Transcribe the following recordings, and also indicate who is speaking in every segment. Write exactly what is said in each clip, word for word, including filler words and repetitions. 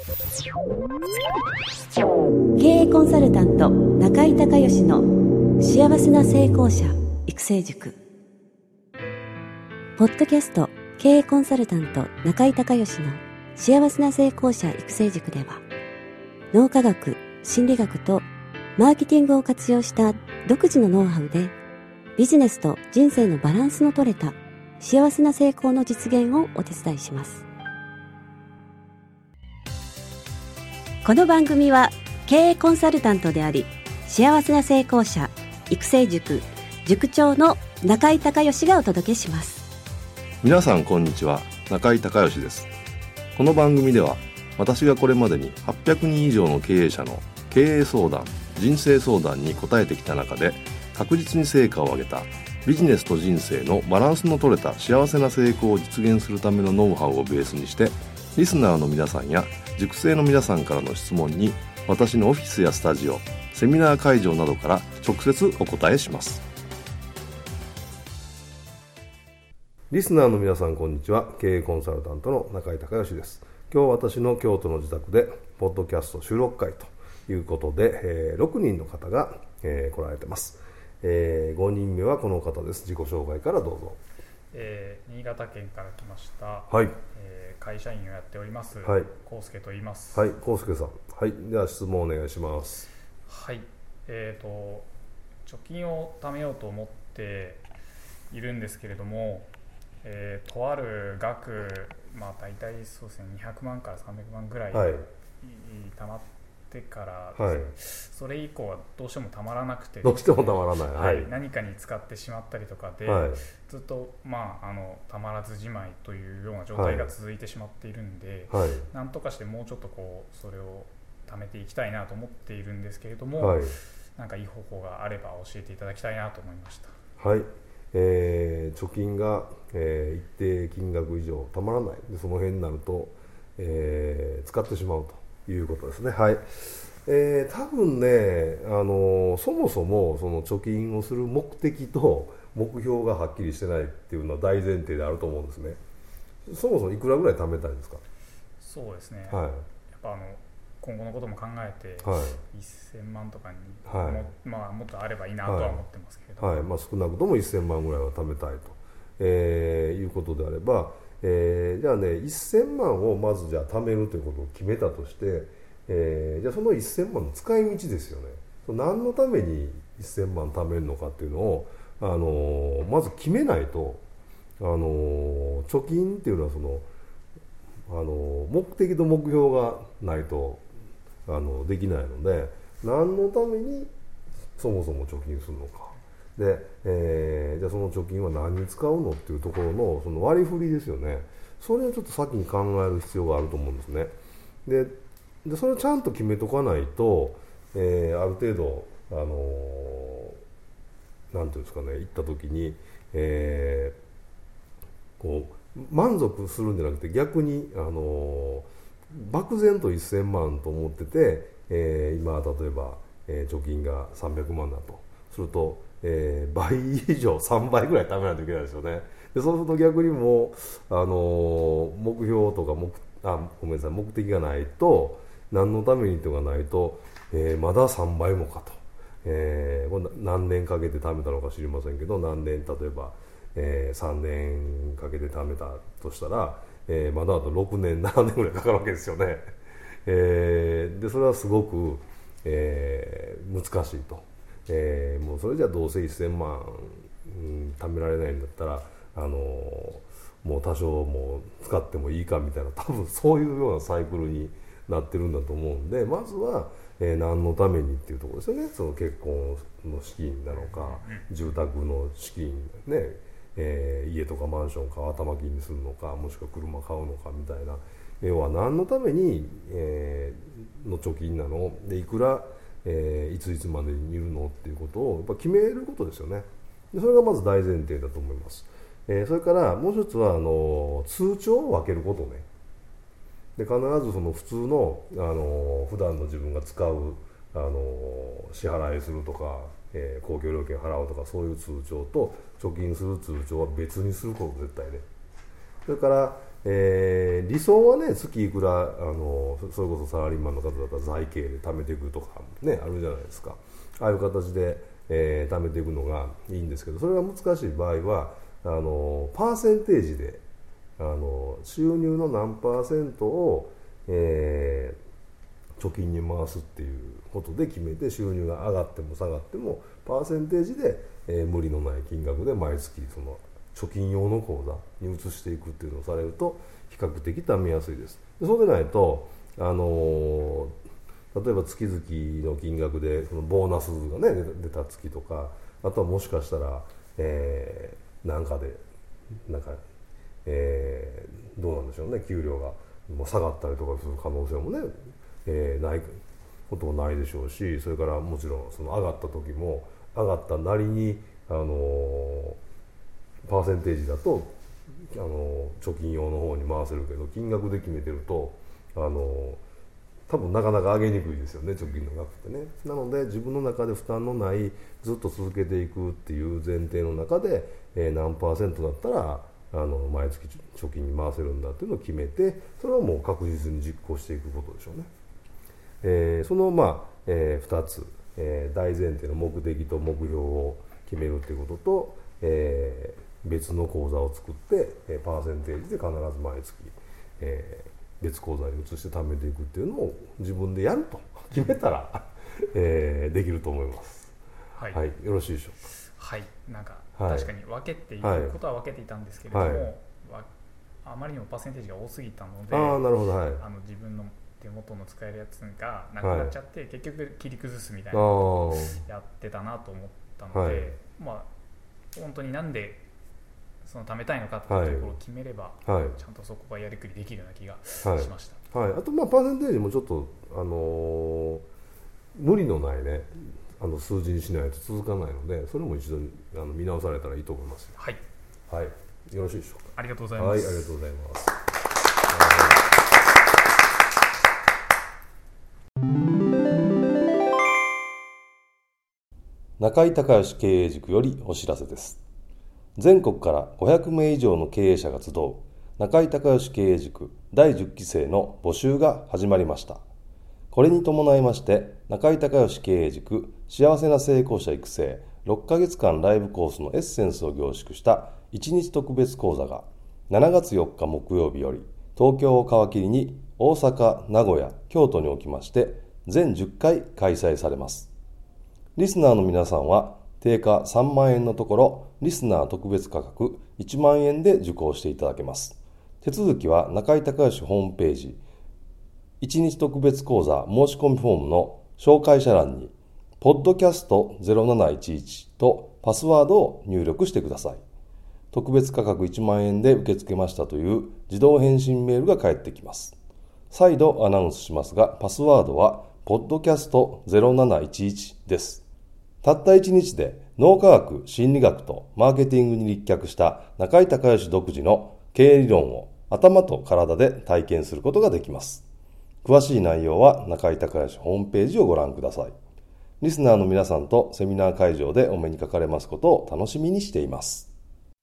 Speaker 1: 経営コンサルタント中井孝義の幸せな成功者育成塾。ポッドキャスト経営コンサルタント中井孝義の幸せな成功者育成塾では、脳科学、心理学とマーケティングを活用した独自のノウハウで、ビジネスと人生のバランスの取れた幸せな成功の実現をお手伝いします。この番組は経営コンサルタントであり、幸せな成功者育成塾塾長の中井孝義がお届けします。
Speaker 2: 皆さんこんにちは、中井孝義です。この番組では、私がこれまでにはっぴゃくにん以上の経営者の経営相談、人生相談に答えてきた中で、確実に成果を上げたビジネスと人生のバランスの取れた幸せな成功を実現するためのノウハウをベースにして、リスナーの皆さんや塾生の皆さんからの質問に、私のオフィスやスタジオ、セミナー会場などから直接お答えします。リスナーの皆さんこんにちは。経営コンサルタントの中井孝義です。今日私の京都の自宅でポッドキャスト収録会ということで、えー、ろくにんの方が、えー、来られてます。えー、ごにんめはこの方です。自己紹介からどうぞ。
Speaker 3: えー、新潟県から来ました、
Speaker 2: はい、
Speaker 3: えー、会社員をやっております、
Speaker 2: はい、
Speaker 3: 康介と言います。
Speaker 2: はい、康介さん、はい、では質問お願いします。
Speaker 3: はい、えーと貯金を貯めようと思っているんですけれども、えー、とある額、まあ、大体そうですね、にひゃくまんからさんびゃくまんぐらい、はい、貯まってからですね、はい、それ以降はどうしてもたまらなくて、ね、
Speaker 2: どうしてもたまらない、
Speaker 3: はいはい、何かに使ってしまったりとかで、はい、ずっと、まあ、あのたまらずじまいというような状態が続いてしまっているんで、はい、なんとかしてもうちょっとこうそれを貯めていきたいなと思っているんですけれども、はい、なんかいい方法があれば教えていただきたいなと思いました。
Speaker 2: はい、えー、貯金が、えー、一定金額以上たまらないで、その辺になると、えー、使ってしまうということですね。はい、えー、多分ね、あのそもそもその貯金をする目的と目標がはっきりしてないっていうのは大前提であると思うんですね。そもそもいくらぐらい貯めたいんですか？
Speaker 3: そうですね、
Speaker 2: はい、
Speaker 3: やっぱあの今後のことも考えて、はい、せんまんとかに も,、はいまあ、もっとあればいいなとは思ってますけれども、
Speaker 2: はいはいまあ、少なくともせんまんぐらいは貯めたいと、えー、いうことであれば、えー、じゃあねせんまんをまずじゃあ貯めるということを決めたとして、えー、じゃあそのせんまんの使い道ですよね。何のためにせんまん貯めるのかっていうのを、あのー、まず決めないと、あのー、貯金っていうのはその、あのー、目的と目標がないとあのできないので、何のためにそもそも貯金するのかで、えー、じゃあその貯金は何に使うのっていうところのその割り振りですよね。それをちょっと先に考える必要があると思うんですね。ででそれをちゃんと決めとかないと、えー、ある程度あのー、なんていうんですかね、行った時に、えー、こう満足するんじゃなくて逆に、あのー、漠然とせんまんと思ってて、えー、今例えば、えー、貯金がさんびゃくまんだとすると、えー、倍以上さんばいぐらい貯めないといけないですよね。でそうすると逆にもう、あのー、目標とか目あごめんなさい目的がないと、何のためにというのがないと、えー、まださんばいもかと、えー、これ何年かけて貯めたのか知りませんけど、何年例えば、えー、さんねんかけて貯めたとしたら、えー、まだあとろくねんななねんぐらいかかるわけですよね。えー、でそれはすごく、えー、難しいと、えー、もうそれじゃどうせせんまん、うん、貯められないんだったら、あのー、もう多少もう使ってもいいかみたいな、多分そういうようなサイクルになってるんだと思うんで、まずは、えー、何のためにっていうところですよね。その結婚の資金なのか、住宅の資金ね、えー、家とかマンションか頭金にするのか、もしくは車買うのかみたいな、要は何のために、えー、の貯金なので、いくら、えー、いついつまでにいるのっていうことをやっぱ決めることですよね。でそれがまず大前提だと思います。えー、それからもう一つはあの通帳を分けることね。で必ずその普通の、あの普段の自分が使う、あの支払いするとか、えー、公共料金払うとか、そういう通帳と貯金する通帳は別にすること、絶対ね。それから、 えー、理想はね月いくらあのそれこそサラリーマンの方だったら財形で貯めていくとかねあるじゃないですか。ああいう形で、えー、貯めていくのがいいんですけど、それが難しい場合はあのパーセンテージであの収入の何パーセントを、えー、貯金に回すっていうことで決めて、収入が上がっても下がってもパーセンテージで、えー、無理のない金額で毎月その貯金用の口座に移していくっていうのをされると比較的貯めやすいです。でそうでないと、あのー、例えば月々の金額でそのボーナスが、ね、出た月とか、あとはもしかしたら、えー、なんかでなんか、えー、どうなんでしょうね、給料がもう下がったりとかする可能性もね、えー、ないこともないでしょうし、それからもちろんその上がった時も上がったなりに、あのーパーセンテージだとあの貯金用の方に回せるけど、金額で決めてるとあの多分なかなか上げにくいですよね、貯金の額ってね。なので自分の中で負担のないずっと続けていくっていう前提の中で、えー、何パーセントだったらあの毎月貯金に回せるんだっていうのを決めて、それをもう確実に実行していくことでしょうね。えー、そのまあ、えー、ふたつ、えー、大前提の目的と目標を決めるっていうことと、えー別の口座を作って、えー、パーセンテージで必ず毎月、えー、別口座に移して貯めていくっていうのを自分でやると決めたら、えー、できると思います。はい、はい、よろしいでしょうか。
Speaker 3: はい、なんか、はい、確かに分けていくことは分けていたんですけれども、はい、あまりにもパーセンテージが多すぎたので、
Speaker 2: あ、なるほど、はい、
Speaker 3: あの自分の手元の使えるやつがなくなっちゃって、はい、結局切り崩すみたいなことをやってたなと思ったので、はい、まあ本当になんでその貯めたいのかっていうところを決めれば、はい、ちゃんとそこがやりくりできるような気がしました。
Speaker 2: はいはい、あとまあパーセンテージもちょっと、あのー、無理のないねあの数字にしないと続かないので、それも一度あの見直されたらいいと思います。
Speaker 3: はい、
Speaker 2: はい、よろしいでしょうか。
Speaker 3: ありがとうございます。
Speaker 2: はい、ありがとうございます。
Speaker 4: 中井隆義経営塾よりお知らせです。全国からごひゃくめい以上の経営者が集う中井隆義経営塾だいじゅっき生の募集が始まりました。これに伴いまして、中井隆義経営塾幸せな成功者育成ろっかげつかんライブコースのエッセンスを凝縮したいちにち特別講座がしちがつよっか木曜日より東京を皮切りに大阪、名古屋、京都におきまして全じゅっかい開催されます。リスナーの皆さんは定価さんまんえんのところ、リスナー特別価格いちまんえんで受講していただけます。手続きは中井隆義ホームページ、いちにち特別講座申し込みフォームの紹介者欄に、ポッドキャストゼロなないちいちとパスワードを入力してください。特別価格いちまんえんで受け付けましたという自動返信メールが返ってきます。再度アナウンスしますが、パスワードはポッドキャストゼロなないちいちです。たったいちにちで脳科学、心理学とマーケティングに立脚した中井隆義独自の経営理論を頭と体で体験することができます。詳しい内容は中井隆義ホームページをご覧ください。リスナーの皆さんとセミナー会場でお目にかかれますことを楽しみにしています。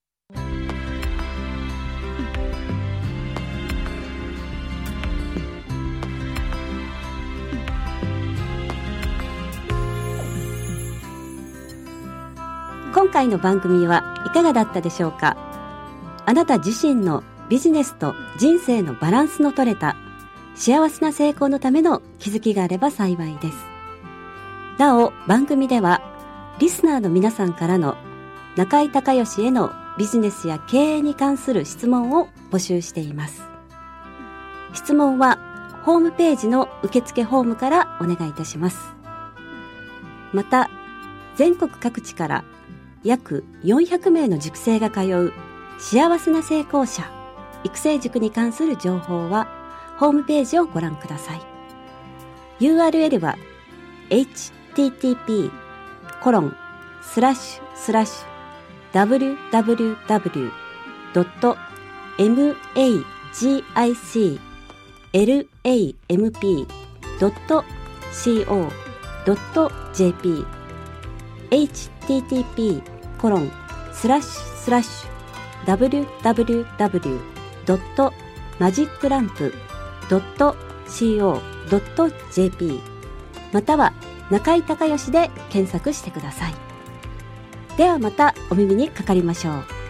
Speaker 1: 今回の番組はいかがだったでしょうか。あなた自身のビジネスと人生のバランスの取れた幸せな成功のための気づきがあれば幸いです。なお、番組ではリスナーの皆さんからの中井隆義へのビジネスや経営に関する質問を募集しています。質問はホームページの受付フォームからお願いいたします。また、全国各地から約よんひゃくめいの塾生が通う幸せな成功者育成塾に関する情報はホームページをご覧ください。 ユーアールエル は エイチティーティーピーコロンスラッシュスラッシュダブリュダブリュダブリュドットエムエージーアイシーエルエーエムピードットシーオードットジェーピー エイチティーティーピーコロンスラッシュスラッシュダブリュダブリュダブリュドットマジックランプ ドット シーオー ドット ジェーピー または中井孝義で検索してください。ではまたお耳にかかりましょう。